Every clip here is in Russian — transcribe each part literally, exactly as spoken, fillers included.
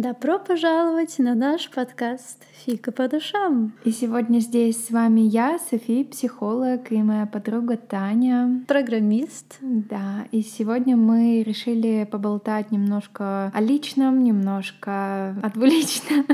Добро пожаловать на наш подкаст «Фика по душам». И сегодня здесь с вами я, София, психолог, и моя подруга Таня, программист. Да, и сегодня мы решили поболтать немножко о личном, немножко отвлечься.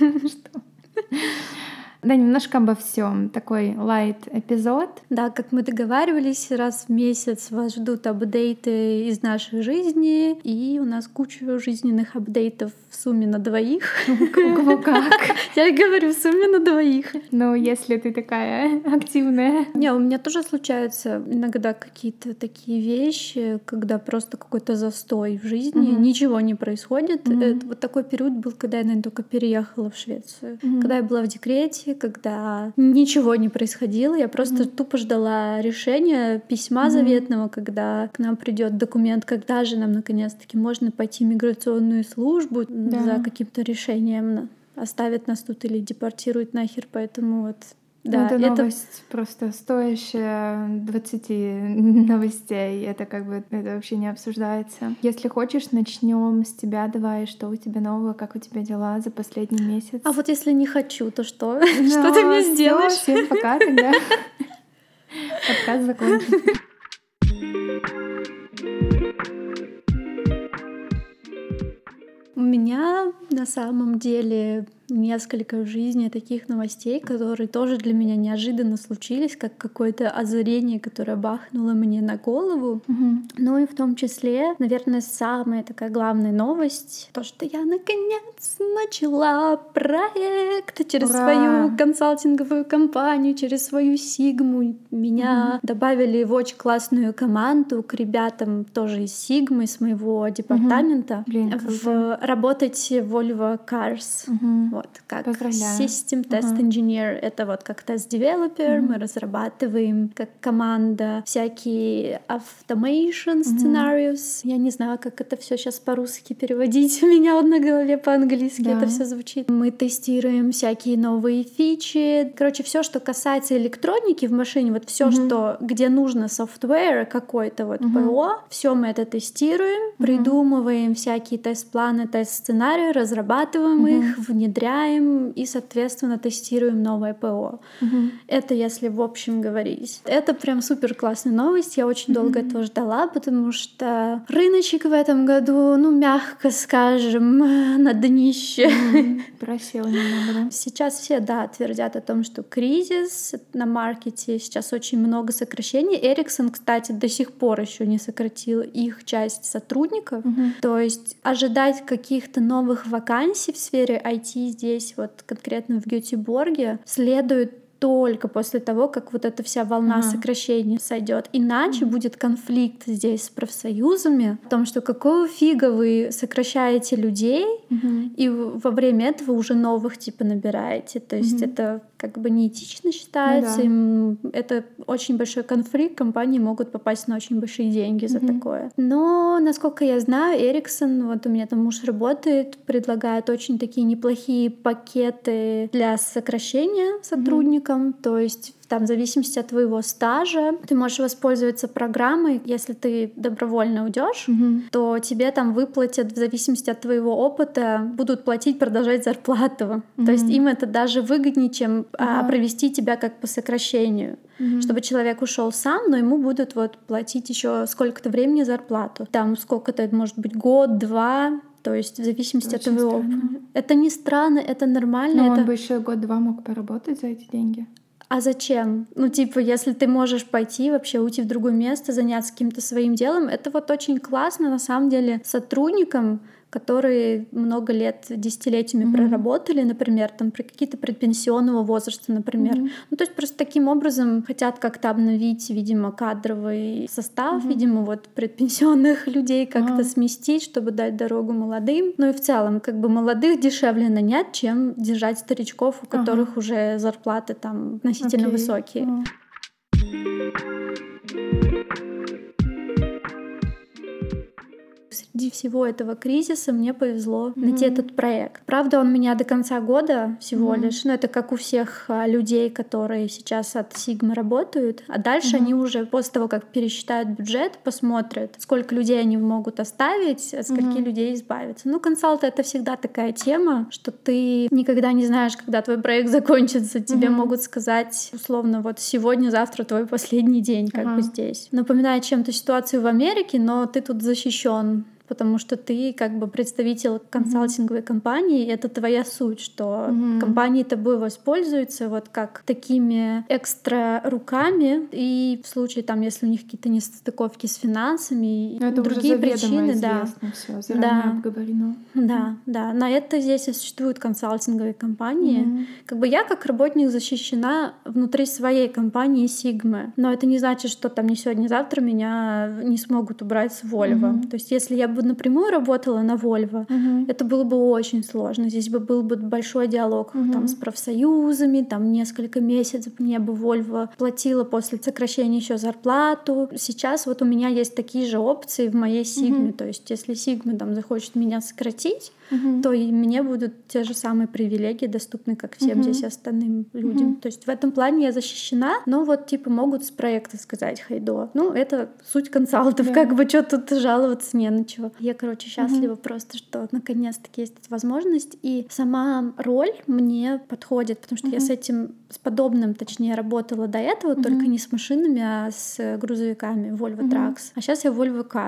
Да, немножко обо всем. Такой лайт-эпизод. Да, как мы договаривались, раз в месяц вас ждут апдейты из нашей жизни, и у нас куча жизненных апдейтов в сумме на двоих. У кого как. Я говорю, в сумме на двоих. Ну, если ты такая активная. Не, у меня тоже случаются иногда какие-то такие вещи, когда просто какой-то застой в жизни, mm-hmm. ничего не происходит. Mm-hmm. Это, вот такой период был, когда я, наверное, только переехала в Швецию. Mm-hmm. Когда я была в декрете, когда ничего не происходило, я просто mm-hmm. тупо ждала решения, письма mm-hmm. заветного, когда к нам придет документ, когда же нам наконец-таки можно пойти в миграционную службу да. за каким-то решением, оставят нас тут или депортируют нахер, поэтому вот. Да, это новость это... просто стоящая двадцати новостей. Это как бы это вообще не обсуждается. Если хочешь, начнем с тебя. Давай, что у тебя нового, как у тебя дела за последний месяц? А вот если не хочу, то что? Что ты мне сделаешь? Всем пока тогда. Подкаст закончен. У меня на самом деле несколько в жизни таких новостей, которые тоже для меня неожиданно случились, как какое-то озарение, которое бахнуло мне на голову. Mm-hmm. Ну и в том числе, наверное, самая такая главная новость, то, что я наконец начала проект через Ура! свою консалтинговую компанию, через свою Сигму. Меня mm-hmm. добавили в очень классную команду к ребятам тоже из Сигмы, с моего департамента, mm-hmm. Блин, в, работать в Volvo Cars. Mm-hmm. Вот, как Поздравляю. System Test uh-huh. Engineer. Это вот как тест-девелопер. Uh-huh. Мы разрабатываем как команда всякие automation scenarios. Uh-huh. Я не знаю, как это все сейчас по-русски переводить. У меня вот на голове по-английски да. это все звучит. Мы тестируем всякие новые фичи. Короче, все, что касается электроники в машине, вот все, uh-huh. что где нужно софтвер какой-то вот uh-huh. ПО, все мы это тестируем, uh-huh. придумываем всякие тест-планы, тест-сценарии, разрабатываем uh-huh. их, внедряем и, соответственно, тестируем новое ПО. Uh-huh. Это если в общем говорить. Это прям супер классная новость. Я очень uh-huh. долго этого ждала, потому что рыночек в этом году, ну, мягко скажем, на днище. Uh-huh. Просел немного, да? Сейчас все, да, твердят о том, что кризис на маркете, сейчас очень много сокращений. Ericsson, кстати, до сих пор еще не сократил их часть сотрудников. Uh-huh. То есть ожидать каких-то новых вакансий в сфере ай ти здесь, вот конкретно в Гетеборге, следует только после того, как вот эта вся волна ага. сокращений сойдет. Иначе mm-hmm. будет конфликт здесь с профсоюзами о том, что какого фига вы сокращаете людей, mm-hmm. и во время этого уже новых типа набираете. То есть mm-hmm. это как бы неэтично считается. Ну, да. Им это очень большой конфликт. Компании могут попасть на очень большие деньги за mm-hmm. такое. Но, насколько я знаю, Ericsson, вот у меня там муж работает, предлагает очень такие неплохие пакеты для сокращения сотрудников. Mm-hmm. То есть там в зависимости от твоего стажа ты можешь воспользоваться программой. Если ты добровольно уйдешь, mm-hmm. то тебе там выплатят в зависимости от твоего опыта, будут платить, продолжать зарплату. Mm-hmm. То есть им это даже выгоднее, чем mm-hmm. а, провести тебя как по сокращению. Mm-hmm. Чтобы человек ушел сам, но ему будут вот платить еще сколько-то времени зарплату. Там сколько-то, это может быть год, два. То есть в зависимости это от твоего опыта. Это не странно, это нормально. Но это... он бы еще год-два мог поработать за эти деньги. А зачем? Ну, типа, если ты можешь пойти вообще уйти в другое место, заняться каким-то своим делом, это вот очень классно, на самом деле, сотрудникам, которые много лет, десятилетиями mm-hmm. проработали, например, там, при какие-то предпенсионного возраста, например. Mm-hmm. Ну, то есть просто таким образом хотят как-то обновить, видимо, кадровый состав, mm-hmm. видимо, вот предпенсионных людей как-то mm-hmm. сместить, чтобы дать дорогу молодым. Ну и в целом, как бы молодых дешевле нанять, чем держать старичков, у которых uh-huh. уже зарплаты там относительно okay. высокие. Uh-huh. среди всего этого кризиса мне повезло mm-hmm. найти этот проект. Правда, он меня до конца года всего mm-hmm. лишь, ну это как у всех людей, которые сейчас от Sigma работают, а дальше mm-hmm. они уже после того, как пересчитают бюджет, посмотрят, сколько людей они могут оставить, от скольки mm-hmm. людей избавиться. Ну, консалт — это всегда такая тема, что ты никогда не знаешь, когда твой проект закончится. Тебе mm-hmm. могут сказать, условно, вот сегодня, завтра твой последний день как uh-huh. бы здесь. Напоминает чем-то ситуацию в Америке, но ты тут защищен, потому что ты как бы представитель консалтинговой mm-hmm. компании, и это твоя суть, что mm-hmm. компании тобой воспользуются вот как такими экстра руками, и в случае там, если у них какие-то нестыковки с финансами, это другие уже причины, да, всё, заранее да, обговорено. Да, mm-hmm. да, на это здесь и существуют консалтинговые компании. Mm-hmm. Как бы я как работник защищена внутри своей компании Sigma, но это не значит, что там не сегодня, не завтра меня не смогут убрать с Volvo. Mm-hmm. То есть если я бы напрямую работала на Volvo, uh-huh. это было бы очень сложно. Здесь бы был бы большой диалог uh-huh. там, с профсоюзами, там несколько месяцев мне бы Volvo платила после сокращения еще зарплату. Сейчас вот у меня есть такие же опции в моей Sigma. Uh-huh. То есть если Sigma там захочет меня сократить, uh-huh. то и мне будут те же самые привилегии доступны, как всем uh-huh. здесь остальным людям. Uh-huh. То есть в этом плане я защищена, но вот типа могут с проекта сказать: хайдо. Ну, это суть консалтов, yeah. как бы что тут жаловаться не на чего. Я, короче, счастлива uh-huh. просто, что наконец-таки есть эта возможность. И сама роль мне подходит, потому что uh-huh. я с этим, с подобным, точнее, работала до этого, uh-huh. только не с машинами, а с грузовиками Volvo uh-huh. Trucks. А сейчас я Volvo Car.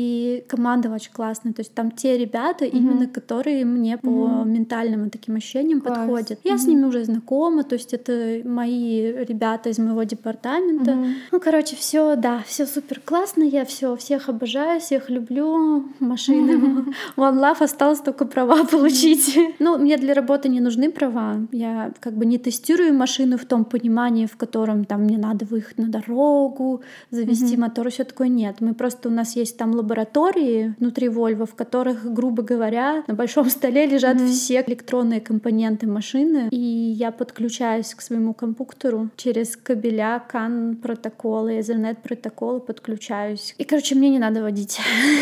И команда очень классная. То есть там те ребята, uh-huh. именно которые мне по uh-huh. ментальным таким ощущениям Класс. Подходят. Я uh-huh. с ними уже знакома, то есть это мои ребята из моего департамента. Uh-huh. Ну, короче, все, да, все супер классно. Я все всех обожаю, всех люблю. Машины. One Love, осталось только права получить. Ну, мне для работы не нужны права. Я как бы не тестирую машину в том понимании, в котором там мне надо выехать на дорогу, завести mm-hmm. мотор, и все такое. Нет. Мы просто, у нас есть там лаборатории внутри Volvo, в которых, грубо говоря, на большом столе лежат mm-hmm. все электронные компоненты машины, и я подключаюсь к своему компьютеру через кабеля, кан протоколы, Ethernet протоколы подключаюсь. И, короче, мне не надо водить.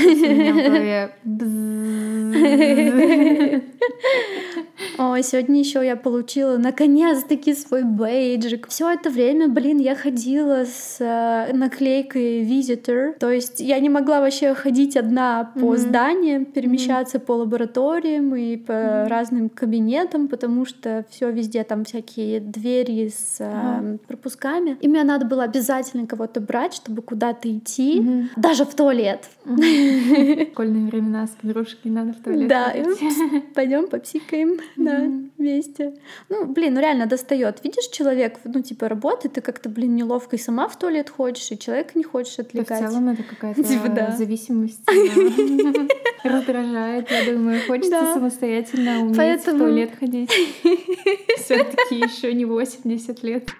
Ой, сегодня еще я получила наконец-таки свой бейджик. Все это время, блин, я ходила с э, наклейкой Visitor. То есть я не могла вообще ходить одна по mm-hmm. зданиям, перемещаться mm-hmm. по лабораториям и по mm-hmm. разным кабинетам, потому что все везде там всякие двери с э, mm-hmm. пропусками. И мне надо было обязательно кого-то брать, чтобы куда-то идти, mm-hmm. даже в туалет. Mm-hmm. Школьные времена с подружкой, надо в туалет. Да, пойдем попсикаем, mm-hmm. да, вместе. Ну, блин, ну реально достает. Видишь, человек, ну, типа, работает, ты как-то, блин, неловко и сама в туалет ходишь, и человека не хочешь отвлекать. Да, в целом это какая-то типа, да. зависимость. Да. Раздражает, я думаю, хочется да. самостоятельно уметь Поэтому... в туалет ходить. Все-таки еще не восемьдесят лет.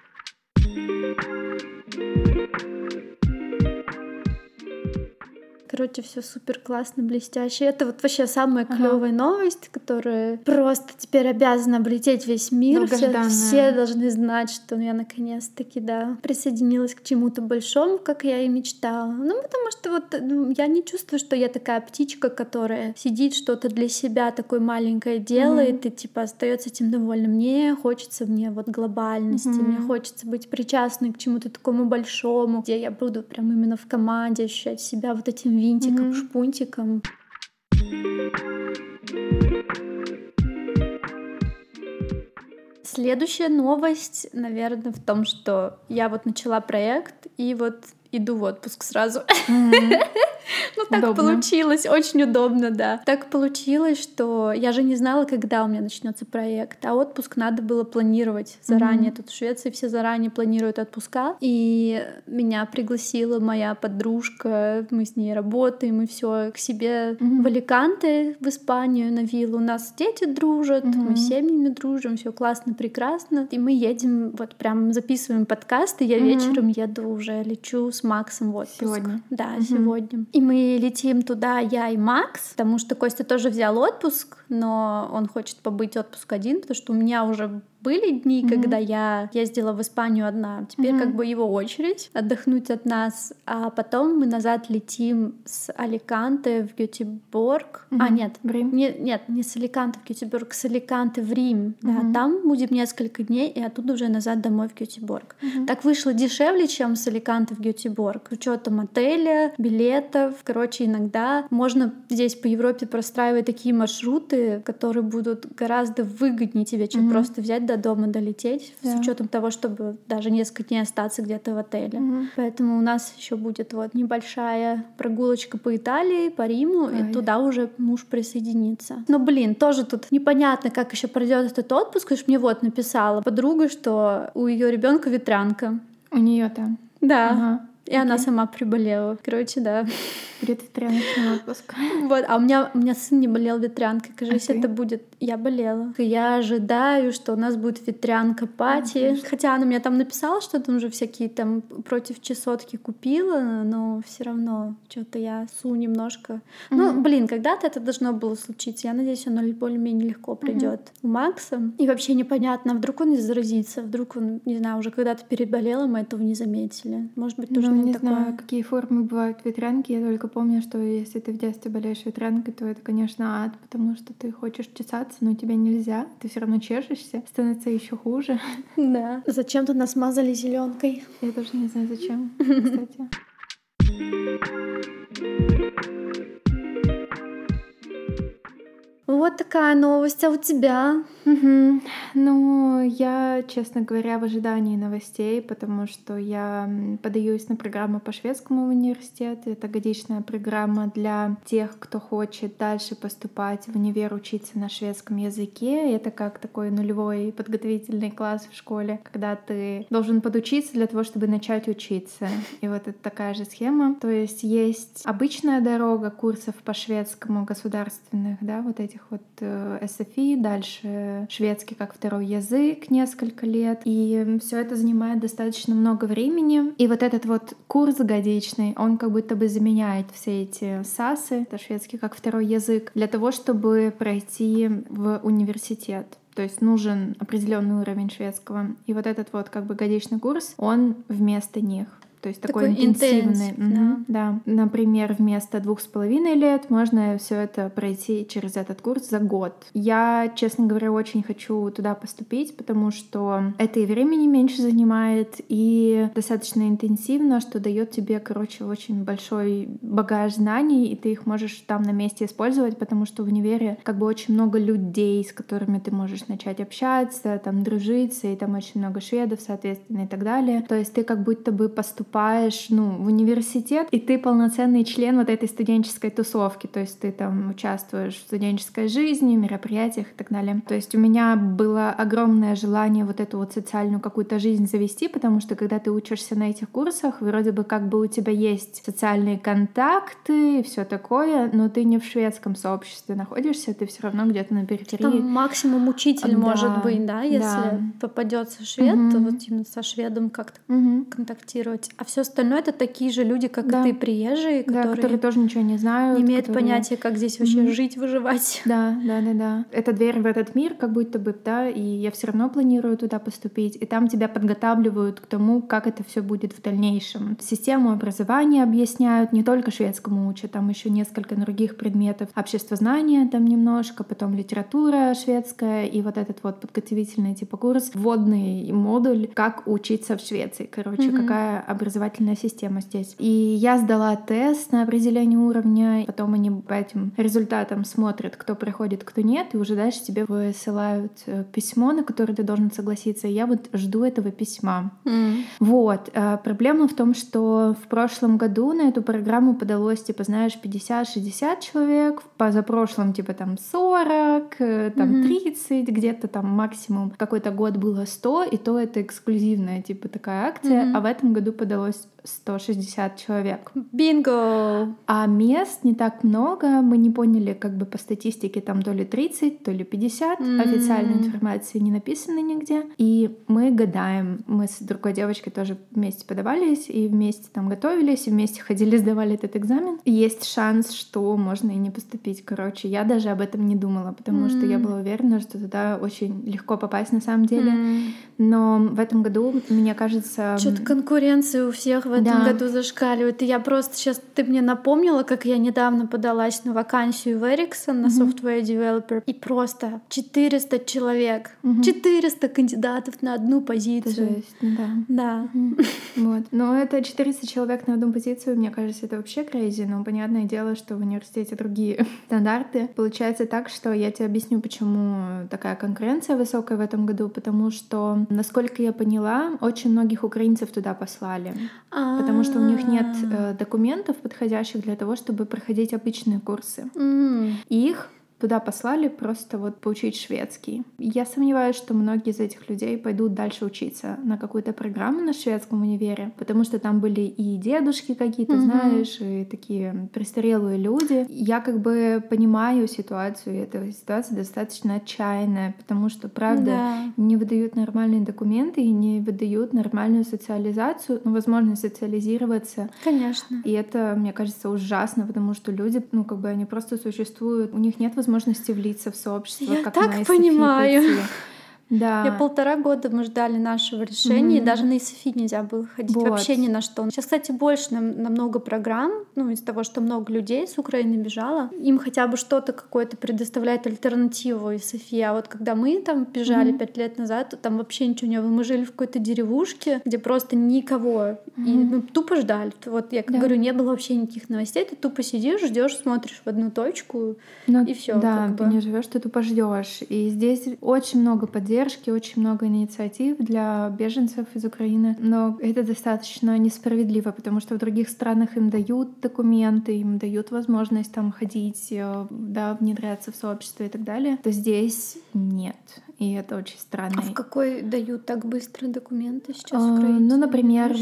Короче, все супер классно, блестяще. Это вот вообще самая ага. клевая новость, которая просто теперь обязана облететь весь мир. Все, все должны знать, что я наконец-таки, да, присоединилась к чему-то большому, как я и мечтала. Ну, потому что вот ну, я не чувствую, что я такая птичка, которая сидит, что-то для себя такое маленькое делает, mm-hmm. и типа остается этим довольна. Мне хочется мне вот глобальности, mm-hmm. мне хочется быть причастной к чему-то такому большому, где я буду прям именно в команде ощущать себя вот этим винтиком, mm-hmm. шпунтиком. Следующая новость, наверное, в том, что я вот начала проект и вот иду в отпуск сразу. Mm-hmm. Ну, так удобно. Получилось, очень удобно, да. Так получилось, что я же не знала, когда у меня начнется проект, а отпуск надо было планировать заранее. Mm-hmm. Тут в Швеции все заранее планируют отпуска, и меня пригласила моя подружка, мы с ней работаем, и все к себе mm-hmm. в Аликанте, в Испанию, на виллу. У нас дети дружат, mm-hmm. мы с семьями дружим, все классно, прекрасно. И мы едем, вот прям записываем подкаст, и я mm-hmm. вечером еду уже, лечу с Максом в отпуск. Сегодня? Да, mm-hmm. сегодня. И мы летим туда, я и Макс, потому что Костя тоже взял отпуск, но он хочет побыть отпуск один, потому что у меня уже были дни, Mm-hmm. когда я ездила в Испанию одна. Теперь mm-hmm. как бы его очередь отдохнуть от нас. А потом мы назад летим с Аликанте в Гетеборг. Mm-hmm. А, нет, в Рим? Не, нет, не с Аликанте в Гетеборг, с Аликанте в Рим. Mm-hmm. Да, там будем несколько дней, и оттуда уже назад домой в Гетеборг. Mm-hmm. Так вышло дешевле, чем с Аликанте в Гетеборг. С учетом отеля, билетов. Короче, иногда можно здесь по Европе простраивать такие маршруты, которые будут гораздо выгоднее тебе, чем mm-hmm. просто взять до дома, долететь, yeah. с учетом того, чтобы даже несколько дней остаться где-то в отеле. Mm-hmm. Поэтому у нас еще будет вот небольшая прогулочка по Италии, по Риму, Ай. И туда уже муж присоединится. Но, блин, тоже тут непонятно, как еще пройдет этот отпуск. Потому что мне вот написала подруга, что у ее ребенка ветрянка. У нее-то. Да. Ага. И okay. она сама приболела. Короче, да. Будет ветряночный отпуск. Вот, а у меня, у меня сын не болел ветрянкой. Кажись, а это ты? будет... Я болела. Я ожидаю, что у нас будет ветрянка пати. Mm-hmm. Хотя она мне там написала, что там уже всякие там против чесотки купила, но все равно что-то я су немножко. Mm-hmm. Ну, блин, когда-то это должно было случиться. Я надеюсь, оно более-менее легко пройдет mm-hmm. у Макса. И вообще непонятно, вдруг он не заразится, вдруг он, не знаю, уже когда-то переболел, и мы этого не заметили. Может быть, тоже ну, не такое. знаю, какие формы бывают ветрянки. Я только помню, что если ты в детстве болеешь ветрянкой, то это, конечно, ад, потому что ты хочешь чесаться, но тебе нельзя. Ты все равно чешешься, становится еще хуже. Да. Зачем-то нас мазали зеленкой. Я тоже не знаю, зачем, кстати. Вот такая новость. А у тебя? Угу. Ну, я, честно говоря, в ожидании новостей, потому что я подаюсь на программу по шведскому в университет. Это годичная программа для тех, кто хочет дальше поступать в универ, учиться на шведском языке. Это как такой нулевой подготовительный класс в школе, когда ты должен подучиться для того, чтобы начать учиться. И вот это такая же схема. То есть есть обычная дорога курсов по шведскому государственных, да, вот этих вот эс эф и, дальше шведский как второй язык несколько лет, и все это занимает достаточно много времени. И вот этот вот курс годичный, он как будто бы заменяет все эти сасы, это шведский как второй язык, для того, чтобы пройти в университет. То есть нужен определенный уровень шведского. И вот этот вот как бы годичный курс, он вместо них. То есть такой, такой интенсивный. Интенсив, угу, да. да. Например, вместо двух с половиной лет можно все это пройти через этот курс за год. Я, честно говоря, очень хочу туда поступить, потому что это и времени меньше занимает, и достаточно интенсивно, что дает тебе, короче, очень большой багаж знаний, и ты их можешь там на месте использовать, потому что в универе как бы очень много людей, с которыми ты можешь начать общаться, там дружиться, и там очень много шведов, соответственно, и так далее. То есть ты как будто бы поступаешь ну, в университет, и ты полноценный член вот этой студенческой тусовки, то есть ты там участвуешь в студенческой жизни, мероприятиях и так далее. То есть у меня было огромное желание вот эту вот социальную какую-то жизнь завести, потому что когда ты учишься на этих курсах, вроде бы как бы у тебя есть социальные контакты и все такое, но ты не в шведском сообществе находишься, ты все равно где-то на периферии. Там максимум учитель, да, может быть, да, если да. попадется швед, угу. то вот именно со шведом как-то угу. контактировать. А все остальное — это такие же люди, как да. и ты, приезжие, да, которые, которые тоже ничего не знают, не имеют которые... понятия, как здесь вообще mm-hmm. жить, выживать. Да, да, да, да. Это дверь в этот мир, как будто бы, да, и я все равно планирую туда поступить, и там тебя подготавливают к тому, как это все будет в дальнейшем. Систему образования объясняют, не только шведскому учат, там еще несколько других предметов. Обществознание там немножко, потом литература шведская, и вот этот вот подготовительный типа курс, вводный модуль, как учиться в Швеции, короче, mm-hmm. какая образовательная система здесь. И я сдала тест на определение уровня, потом они по этим результатам смотрят, кто приходит, кто нет, и уже дальше тебе высылают письмо, на которое ты должен согласиться. И я вот жду этого письма. Mm. Вот. А проблема в том, что в прошлом году на эту программу подалось, типа, знаешь, пятьдесят-шестьдесят человек, в позапрошлом, типа, там сорок, там mm-hmm. тридцать, где-то там максимум какой-то год было сто, и то это эксклюзивная, типа, такая акция, mm-hmm. а в этом году подалось набралось сто шестьдесят человек. Бинго! А мест не так много. Мы не поняли, как бы по статистике там то ли тридцать, то ли пятьдесят. Mm. Официальной информации не написано нигде. И мы гадаем. Мы с другой девочкой тоже вместе подавались, и вместе там готовились, и вместе ходили, сдавали этот экзамен. И есть шанс, что можно и не поступить. Короче, я даже об этом не думала, потому mm. что я была уверена, что туда очень легко попасть на самом деле. Mm. Но в этом году, мне кажется... Что-то конкуренция у всех в этом да. году зашкаливает. И я просто сейчас... Ты мне напомнила, как я недавно подалась на вакансию в Ericsson на mm-hmm. software developer. И просто четыреста человек. Mm-hmm. четыреста кандидатов на одну позицию. Это жесть, да. Да. Mm-hmm. Вот. Но это четыреста человек на одну позицию, мне кажется, это вообще crazy. Но понятное дело, что в университете другие стандарты. Получается так, что я тебе объясню, почему такая конкуренция высокая в этом году. Потому что, насколько я поняла, очень многих украинцев туда послали. А-а-а. Потому что у них нет э, документов, подходящих для того, чтобы проходить обычные курсы. Mm. И их туда послали просто вот поучить шведский. Я сомневаюсь, что многие из этих людей пойдут дальше учиться на какую-то программу на шведском универе, потому что там были и дедушки какие-то, mm-hmm. знаешь, и такие престарелые люди. Я как бы понимаю ситуацию, и эта ситуация достаточно отчаянная, потому что, правда, yeah. не выдают нормальные документы и не выдают нормальную социализацию, ну, возможность социализироваться. Конечно. И это, мне кажется, ужасно, потому что люди, ну, как бы они просто существуют, у них нет возможности возможности влиться в сообщество, я как так на понимаю. пойти. Да. Я полтора года мы ждали нашего решения, mm-hmm. и даже на ай эс эф и нельзя было ходить вот. Вообще ни на что. Сейчас, кстати, больше нам, намного программ, ну, из-за того, что много людей с Украины бежало, им хотя бы что-то какое-то предоставляет альтернативу ай эс эф и. А вот когда мы там бежали пять mm-hmm. лет назад, то там вообще ничего не было. Мы жили в какой-то деревушке, где просто никого. Mm-hmm. И мы тупо ждали. Вот я как да. говорю, не было вообще никаких новостей. Ты тупо сидишь, ждешь, смотришь в одну точку, но, и все. Да, как ты бы. не живешь, ты тупо ждешь. И здесь очень много поддержки, очень много инициатив для беженцев из Украины, но это достаточно несправедливо, потому что в других странах им дают документы, им дают возможность там ходить, да, внедряться в сообщество и так далее, то здесь нет. И это очень странно. А в какой дают так быстро документы сейчас а, украинцы? Ну, например,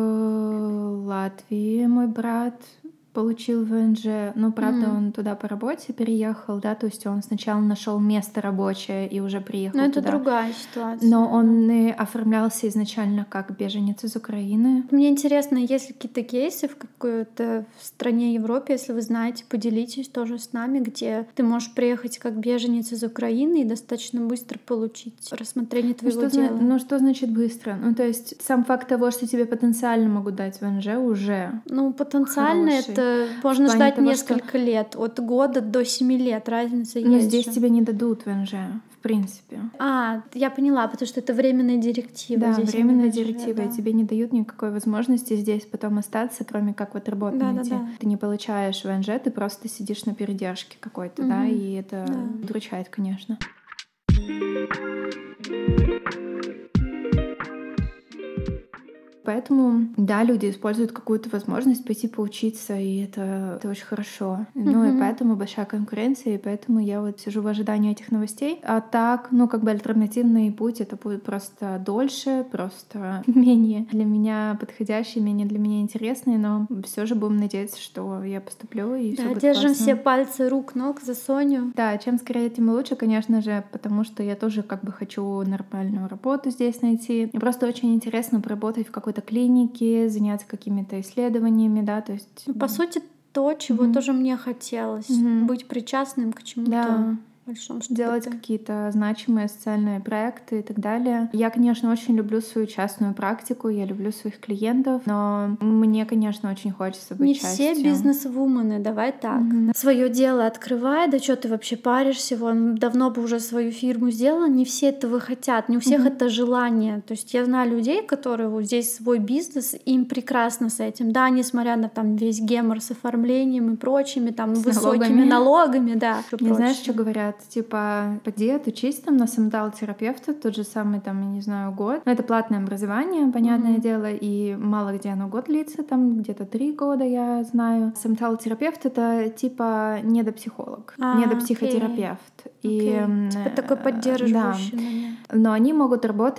в Латвии мой брат получил вэ эн жэ, но правда mm. он туда по работе переехал, да, то есть он сначала нашел место рабочее и уже приехал но туда. Но это другая ситуация. Но он и оформлялся изначально как беженец из Украины. Мне интересно, есть ли какие-то кейсы в какой-то стране Европы, если вы знаете, поделитесь тоже с нами, где ты можешь приехать как беженец из Украины и достаточно быстро получить рассмотрение твоего ну, что дела. Зна- ну что значит быстро? Ну то есть сам факт того, что тебе потенциально могут дать вэ эн жэ, уже Ну потенциально хороший. это можно ждать того, несколько что... лет, от года до семи лет, разница Но есть. Но здесь же. тебе не дадут вэ эн жэ, в принципе. А, я поняла, потому что это временная директива. Да, здесь временная жэ, директива, да. и тебе не дают никакой возможности здесь потом остаться, кроме как вот работу да, найти. Да, да. Ты не получаешь вэ эн жэ, ты просто сидишь на передержке какой-то, угу. да, и это да. удручает, конечно. Поэтому, да, люди используют какую-то возможность пойти поучиться, и это, это очень хорошо. Mm-hmm. Ну и поэтому большая конкуренция, и поэтому я вот сижу в ожидании этих новостей. А так, ну как бы альтернативный путь, это будет просто дольше, просто менее для меня подходящий, менее для меня интересный, но все же будем надеяться, что я поступлю, и да, все будет держим классно. все пальцы рук, ног за Соню. Да, чем скорее, тем лучше, конечно же, потому что я тоже как бы хочу нормальную работу здесь найти. Мне просто очень интересно поработать в какой-то клинике, заняться какими-то исследованиями, да, то есть... Ну, по сути, то, чего mm-hmm. тоже мне хотелось. Mm-hmm. Быть причастным к чему-то. Да. Большом, делать какие-то значимые социальные проекты и так далее. Я, конечно, очень люблю свою частную практику, я люблю своих клиентов, но мне, конечно, очень хочется быть Не частью. все бизнес-вумены, давай так. Mm-hmm. Свое дело открывай, да что ты вообще паришься, вон давно бы уже свою фирму сделала, не все этого хотят, не у всех mm-hmm. это желание. То есть я знаю людей, которые вот здесь свой бизнес, им прекрасно с этим, да, несмотря на там весь гемор с оформлением и прочими там с высокими налогами, налогами да. Не знаешь, что говорят? Типа, поди отучись там на самдал-терапевта, тот же самый, там, я не знаю, год. Но это платное образование, понятное mm-hmm. дело, и мало где оно год длится, там где-то три года, я знаю. Самдал-терапевт — это типа недопсихолог, а, недопсихотерапевт. Okay. И, okay. Типа такой поддерживающий. Да. Но они могут работать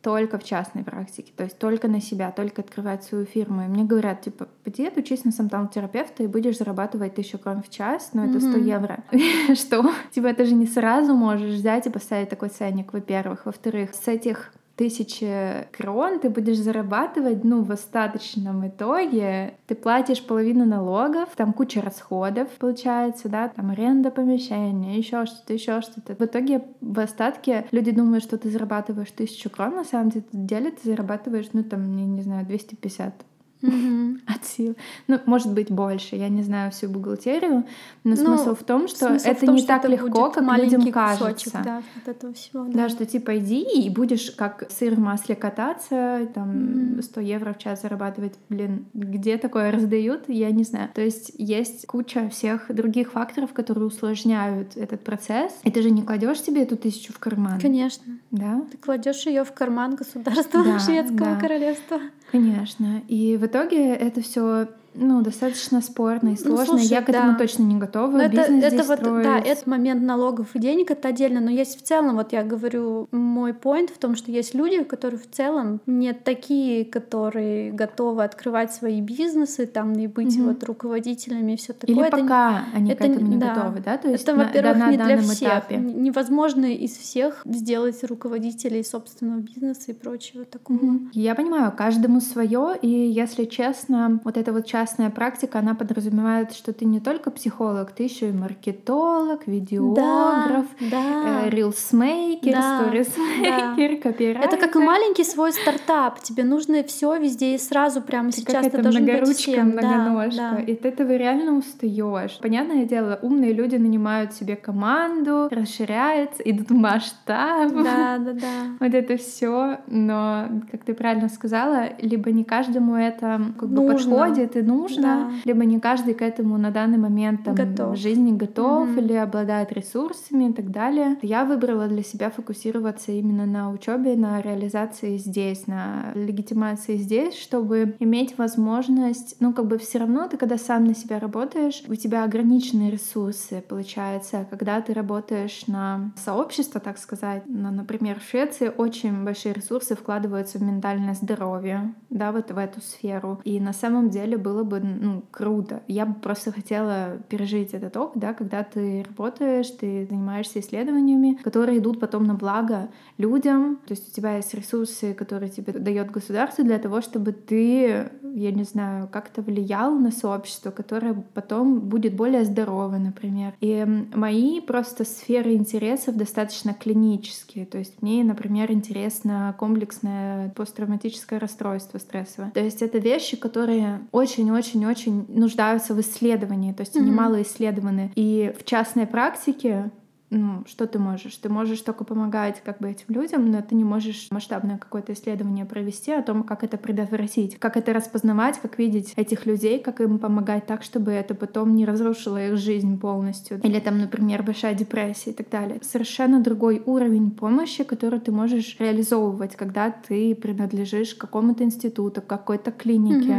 только в частной практике, то есть только на себя, только открывать свою фирму. И мне говорят, типа, пойди отучись на сомнолтерапевта и будешь зарабатывать тысячу крон в час, но это сто евро. Что? Типа, это же не сразу можешь взять и поставить такой ценник, во-первых. Во-вторых, с этих тысячи крон ты будешь зарабатывать, ну, в остаточном итоге ты платишь половину налогов, там куча расходов получается, да, там аренда помещения, еще что-то, еще что-то. В итоге в остатке люди думают, что ты зарабатываешь тысячу крон, на самом деле ты зарабатываешь, ну, там, не, не знаю, двести пятьдесят. Mm-hmm. От сил. Ну, может быть, больше. Я не знаю всю бухгалтерию, но ну, смысл в том, что это в том, не что так это легко, как людям кажется. Кусочек, да, от этого всего, да. Да, что типа иди и будешь как сыр в масле кататься, там mm-hmm. сто евро в час зарабатывать. Блин, где такое раздают, я не знаю. То есть есть куча всех других факторов, которые усложняют этот процесс. И ты же не кладешь себе эту тысячу в карман. Конечно. Да? Ты кладешь ее в карман государства да, шведского да. королевства. Конечно. И в итоге это все ну, достаточно спорно и сложно. Ну, слушай, я к этому да. точно не готова. Но Бизнес это, здесь это вот, строить. да, этот момент налогов и денег — это отдельно. Но есть в целом, вот я говорю, мой поинт в том, что есть люди, которые в целом не такие, которые готовы открывать свои бизнесы там и быть Угу. вот руководителями и все такое. Или это, пока они это, к этому не да. готовы, да? То есть это, на, во-первых, да, на не для всех. Этапе. Невозможно из всех сделать руководителей собственного бизнеса и прочего такого. Угу. Я понимаю, каждому свое, и если честно, вот эта вот частная практика, она подразумевает, что ты не только психолог, ты еще и маркетолог, видеограф, да, да. э, рилсмейкер, да, сторисмейкер, да. копирайтер. Это как маленький свой стартап. Тебе нужно все везде и сразу прямо ты сейчас. Как ты это должен многоручка, быть всем. многоножка. Да, да. И ты этого реально устаешь. Понятное дело, умные люди нанимают себе команду, расширяются, идут в масштаб. Да, да, да. Вот это все, но, как ты правильно сказала, либо не каждому это как бы нужно. подходит и нужно, да. либо не каждый к этому на данный момент там, готов. в жизни готов угу. или обладает ресурсами и так далее. Я выбрала для себя фокусироваться именно на учебе, на реализации здесь, на легитимации здесь, чтобы иметь возможность, ну как бы все равно ты, когда сам на себя работаешь, у тебя ограниченные ресурсы, получается, когда ты работаешь на сообщество, так сказать, на, например, в Швеции очень большие ресурсы вкладываются в ментальное здоровье, да, вот в эту сферу. И на самом деле было бы, ну, круто. Я бы просто хотела пережить этот опыт, да, когда ты работаешь, ты занимаешься исследованиями, которые идут потом на благо людям. То есть у тебя есть ресурсы, которые тебе дает государство для того, чтобы ты, я не знаю, как-то влиял на сообщество, которое потом будет более здоровое, например. И мои просто сферы интересов достаточно клинические. То есть мне, например, интересно комплексное посттравматическое расстройство стрессовое. То есть это вещи, которые очень-очень-очень нуждаются в исследовании, то есть mm-hmm. они мало исследованы. И в частной практике, ну, что ты можешь? Ты можешь только помогать как бы этим людям, но ты не можешь масштабное какое-то исследование провести о том, как это предотвратить, как это распознавать, как видеть этих людей, как им помогать так, чтобы это потом не разрушило их жизнь полностью. Или там, например, большая депрессия и так далее. Совершенно другой уровень помощи, который ты можешь реализовывать, когда ты принадлежишь к какому-то институту, к какой-то клинике.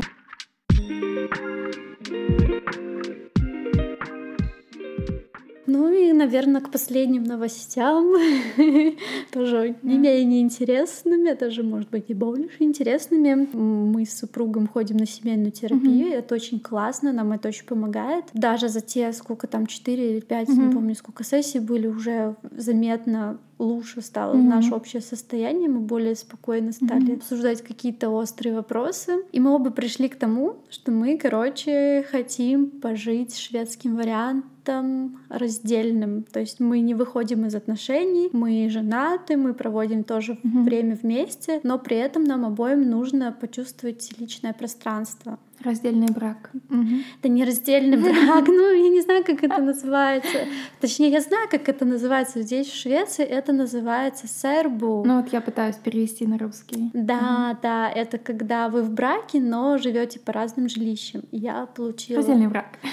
Ну и, наверное, к последним новостям, тоже не менее интересными, даже, может быть, и больше интересными. Мы с супругом ходим на семейную терапию, mm-hmm. это очень классно, нам это очень помогает. Даже за те, сколько там, четыре или пять, mm-hmm. не помню, сколько сессий были, уже заметно лучше стало mm-hmm. наше общее состояние, мы более спокойно стали mm-hmm. обсуждать какие-то острые вопросы. И мы оба пришли к тому, что мы, короче, хотим пожить шведским вариантом, раздельным. То есть мы не выходим из отношений, мы женаты, мы проводим тоже mm-hmm. время вместе, но при этом нам обоим нужно почувствовать личное пространство. Раздельный брак. Угу. Это не раздельный брак, ну я не знаю, как это называется. Точнее, я знаю, как это называется здесь, в Швеции. Это называется сэрбу. Ну вот я пытаюсь перевести на русский. Да, угу. да, это когда вы в браке, но живете по разным жилищам. Я получила... Раздельный брак.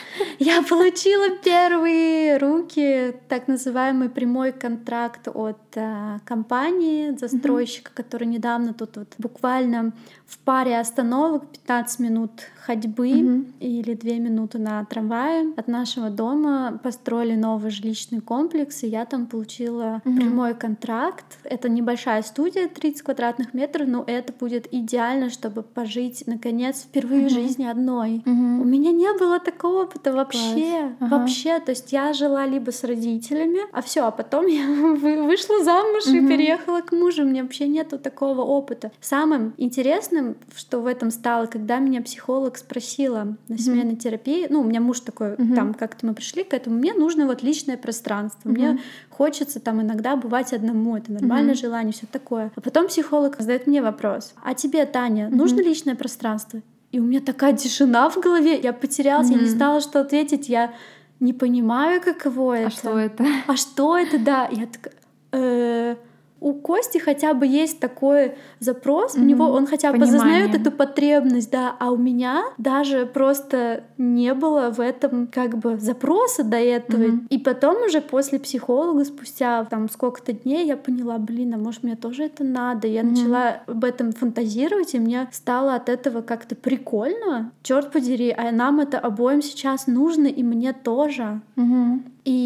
Я получила первые руки, так называемый прямой контракт от э, компании застройщика, mm-hmm. который недавно тут вот буквально в паре остановок пятнадцать минут ходьбы mm-hmm. или две минуты на трамвае от нашего дома построили новый жилищный комплекс, и я там получила mm-hmm. прямой контракт. Это небольшая студия, тридцать квадратных метров, но это будет идеально, чтобы пожить, наконец, впервые mm-hmm. в жизни одной. Mm-hmm. У меня не было такого опыта вообще. Ага. Вообще, то есть я жила либо с родителями, а все, а потом я вышла замуж угу. и переехала к мужу. У меня вообще нету такого опыта. Самым интересным, что в этом стало, когда меня психолог спросила на смене угу. терапии, ну, у меня муж такой, угу. там как-то мы пришли к этому, мне нужно вот личное пространство, угу. мне хочется там иногда бывать одному, это нормальное угу. желание, все такое. А потом психолог задает мне вопрос: а тебе, Таня, угу. нужно личное пространство? И у меня такая тишина в голове, я потерялась, mm-hmm. я не знала, что ответить, я не понимаю, каково это. А что это? А что это, да. Я такая... Э-э- у Кости хотя бы есть такой запрос, mm-hmm. у него он хотя бы осознает эту потребность, да, а у меня даже просто не было в этом как бы запроса до этого. Mm-hmm. И потом уже после психолога, спустя там сколько-то дней, я поняла, блин, а может мне тоже это надо? Я mm-hmm. начала об этом фантазировать, и мне стало от этого как-то прикольно. Черт подери, а нам это обоим сейчас нужно, и мне тоже. Mm-hmm.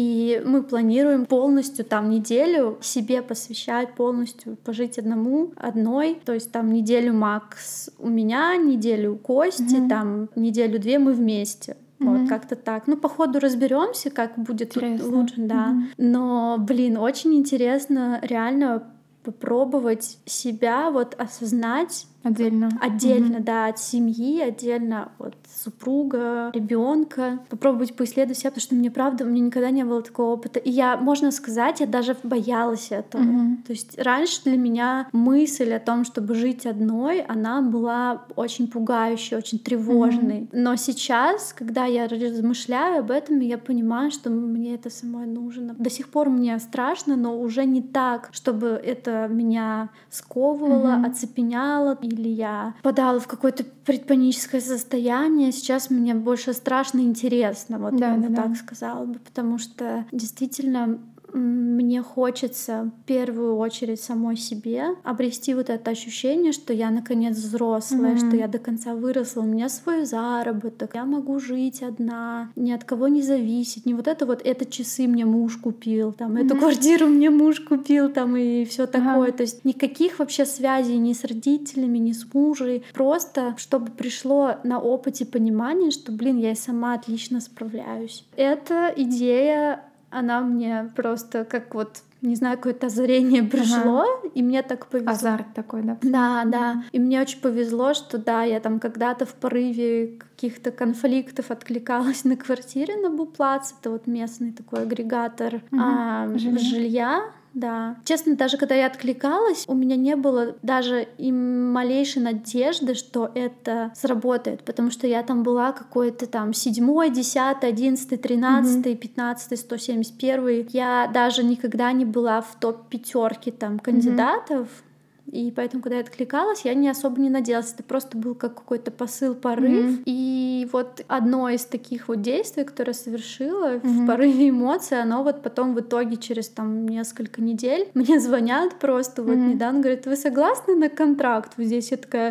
И мы планируем полностью там неделю себе посвящать, полностью пожить одному, одной. То есть там неделю макс у меня, неделю у Кости, mm-hmm. там неделю-две мы вместе. Mm-hmm. Вот как-то так. Ну, по ходу разберемся, как будет интересно. Лучше, да. Mm-hmm. Но, блин, очень интересно реально попробовать себя вот осознать отдельно, отдельно, mm-hmm. да, от семьи, отдельно от супруга, ребенка, попробовать поисследовать себя, потому что мне правда, у меня никогда не было такого опыта, и я, можно сказать, я даже боялась этого. Mm-hmm. То есть раньше для меня мысль о том, чтобы жить одной, она была очень пугающей, очень тревожной. Mm-hmm. Но сейчас, когда я размышляю об этом, я понимаю, что мне это самой нужно. До сих пор мне страшно, но уже не так, чтобы это меня сковывало, mm-hmm. оцепеняло, или я подала в какое-то предпаническое состояние. Сейчас мне больше страшно и интересно, вот да, я да, бы да. так сказала бы, потому что действительно мне хочется в первую очередь самой себе обрести вот это ощущение, что я наконец взрослая, mm-hmm. что я до конца выросла, у меня свой заработок, я могу жить одна, ни от кого не зависеть, не вот это вот, это часы мне муж купил, там, mm-hmm. эту квартиру мне муж купил, там, и все такое. Uh-huh. То есть никаких вообще связей ни с родителями, ни с мужем, просто чтобы пришло на опыте понимание, что, блин, я и сама отлично справляюсь. Эта идея, она мне просто как вот, не знаю, какое-то озарение пришло, ага. и мне так повезло. Азарт такой, да? Да, да. И мне очень повезло, что да, я там когда-то в порыве каких-то конфликтов откликалась на квартире на Буплац, это вот местный такой агрегатор угу. а, жилья. жилья. Да. Честно, даже когда я откликалась, у меня не было даже и малейшей надежды, что это сработает, потому что я там была какой-то там седьмой, десятый, одиннадцатый, тринадцатый, пятнадцатый, сто семьдесят первый. Я даже никогда не была в топ-пятерке там кандидатов. Mm-hmm. И поэтому, когда я откликалась, я не особо не надеялась. Это просто был как какой-то посыл, порыв. Mm-hmm. И вот одно из таких вот действий, которое совершила mm-hmm. в порыве эмоций, оно вот потом в итоге через там несколько недель мне звонят просто вот mm-hmm. недавно, говорят: вы согласны на контракт? Вот здесь я такая...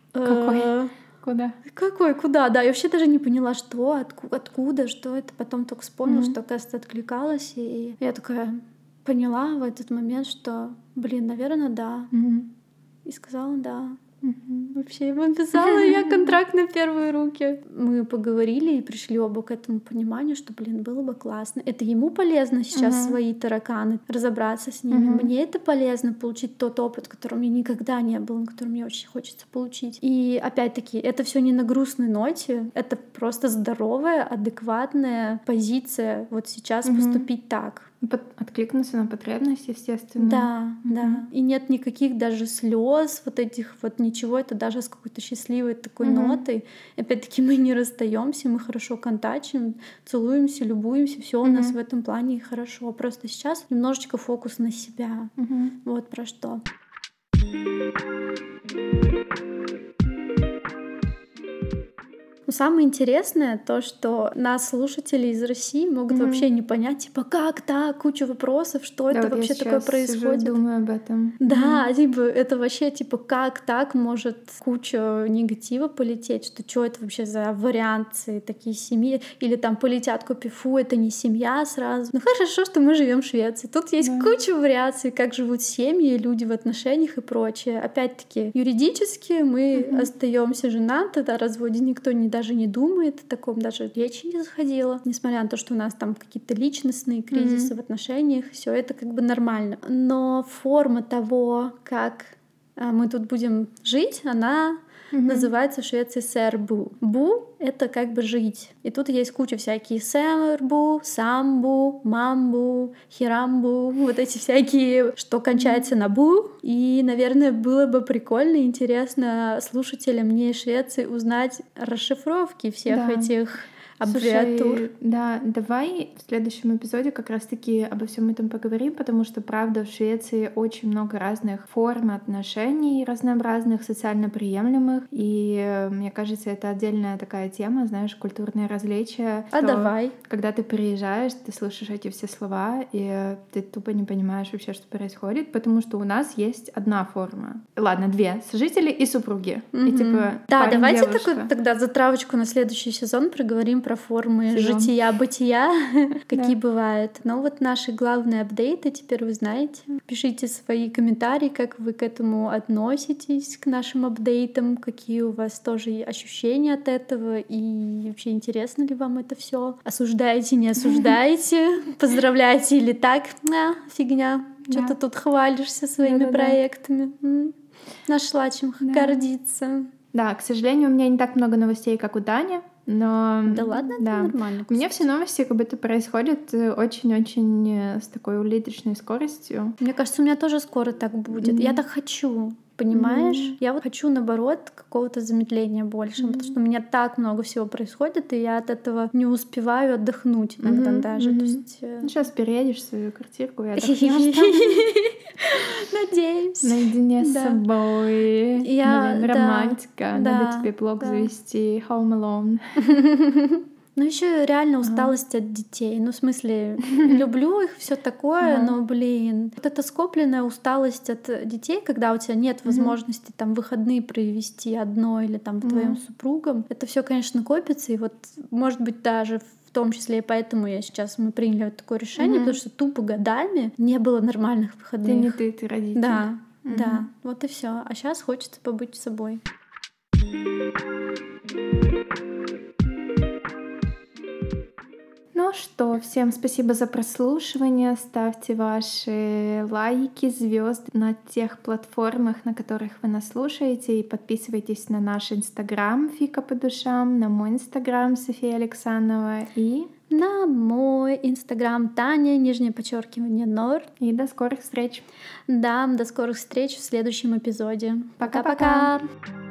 Какой? Куда? Какой? Куда? Да, я вообще даже не поняла, что, откуда, откуда что это. Потом только вспомнила, mm-hmm. что, оказывается, откликалась. И я такая... поняла в этот момент, что, блин, наверное, да. Mm-hmm. И сказала да. Mm-hmm. Вообще, подписала я контракт на первые руки. Мы поговорили и пришли оба к этому пониманию, что, блин, было бы классно. Это ему полезно сейчас mm-hmm. свои тараканы, разобраться с ними. Mm-hmm. Мне это полезно, получить тот опыт, который у меня никогда не был, который мне очень хочется получить. И опять-таки, это все не на грустной ноте, это просто здоровая, адекватная позиция вот сейчас mm-hmm. поступить так. Откликнуться на потребность, естественно. Да, mm-hmm. да. И нет никаких даже слез, вот этих вот ничего, это даже с какой-то счастливой такой mm-hmm. нотой. И опять-таки мы не расстаемся, мы хорошо контачим, целуемся, любуемся, все mm-hmm. у нас в этом плане хорошо. Просто сейчас немножечко фокус на себя. Mm-hmm. Вот про что. Самое интересное то, что нас, слушатели из России, могут mm-hmm. вообще не понять, типа, как так, куча вопросов, что да, это вот вообще я такое происходит. Сижу, думаю об этом. Да, mm-hmm. типа, это вообще, типа, как так может куча негатива полететь, что что это вообще за варианты такие семьи, или там полетят копи, фу, это не семья сразу. Ну хорошо, что мы живем в Швеции. Тут есть да. куча вариаций, как живут семьи, люди в отношениях и прочее. Опять-таки, юридически мы mm-hmm. остаемся женаты, да, о разводе никто не, даже не думает, о таком даже речи не заходило. Несмотря на то, что у нас там какие-то личностные кризисы mm-hmm. в отношениях, все это как бы нормально. Но форма того, как мы тут будем жить, она mm-hmm. называется в Швеции сэрбу. Бу — это как бы жить. И тут есть куча всякие сэрбу, самбу, мамбу, хирамбу, вот эти всякие, что кончается mm-hmm. на бу. И, наверное, было бы прикольно и интересно слушателям не Швеции узнать расшифровки всех да. этих аббревиатур. Слушай, да, давай в следующем эпизоде как раз-таки обо всем этом поговорим, потому что, правда, в Швеции очень много разных форм отношений, разнообразных, социально приемлемых, и мне кажется, это отдельная такая тема, знаешь, культурное различие. А давай. Когда ты приезжаешь, ты слышишь эти все слова, и ты тупо не понимаешь вообще, что происходит, потому что у нас есть одна форма. Ладно, две. Сожители и супруги. Mm-hmm. И типа да, парень, давайте девушка. Так, тогда затравочку на следующий сезон проговорим про формы Сезон. жития-бытия, какие да. бывают. Ну вот наши главные апдейты теперь вы знаете. Пишите свои комментарии, как вы к этому относитесь, к нашим апдейтам, какие у вас тоже ощущения от этого, и вообще интересно ли вам это все. Осуждаете, не осуждаете, поздравляете или так, а, фигня, что-то тут хвалишься своими проектами. Нашла чем гордиться. Да, к сожалению, у меня не так много новостей, как у Дани. Но да ладно, да. это нормально. Кстати. У меня все новости как будто происходят очень-очень с такой улиточной скоростью. Мне кажется, у меня тоже скоро так будет. Mm-hmm. Я так хочу. Понимаешь? Mm-hmm. Я вот хочу, наоборот, какого-то замедления больше, mm-hmm. потому что у меня так много всего происходит, и я от этого не успеваю отдохнуть иногда mm-hmm. даже. Mm-hmm. То есть... Ну, сейчас переедешь в свою квартирку и отдохнешь. Надеюсь. Наедине с собой. Блин, романтика. Надо тебе блог завести. Home Alone. Ну, еще реально усталость от детей. Ну, в смысле, люблю их, все такое, но, блин, вот эта скопленная усталость от детей, когда у тебя нет возможности там выходные провести одной или там вдвоем с супругом, это все, конечно, копится, и вот, может быть, даже в том числе и поэтому я сейчас мы приняли вот такое решение, потому что тупо годами не было нормальных выходных. Ты не ты, ты родитель. Да, да, вот и все. А сейчас хочется побыть с собой. Ну что, всем спасибо за прослушивание. Ставьте ваши лайки, звезды на тех платформах, на которых вы нас слушаете, и подписывайтесь на наш инстаграм Фика по душам, на мой инстаграм София Александрова и на мой инстаграм Таня, нижнее подчеркивание Нор. И до скорых встреч. Да, до скорых встреч в следующем эпизоде. Пока-пока. Пока-пока.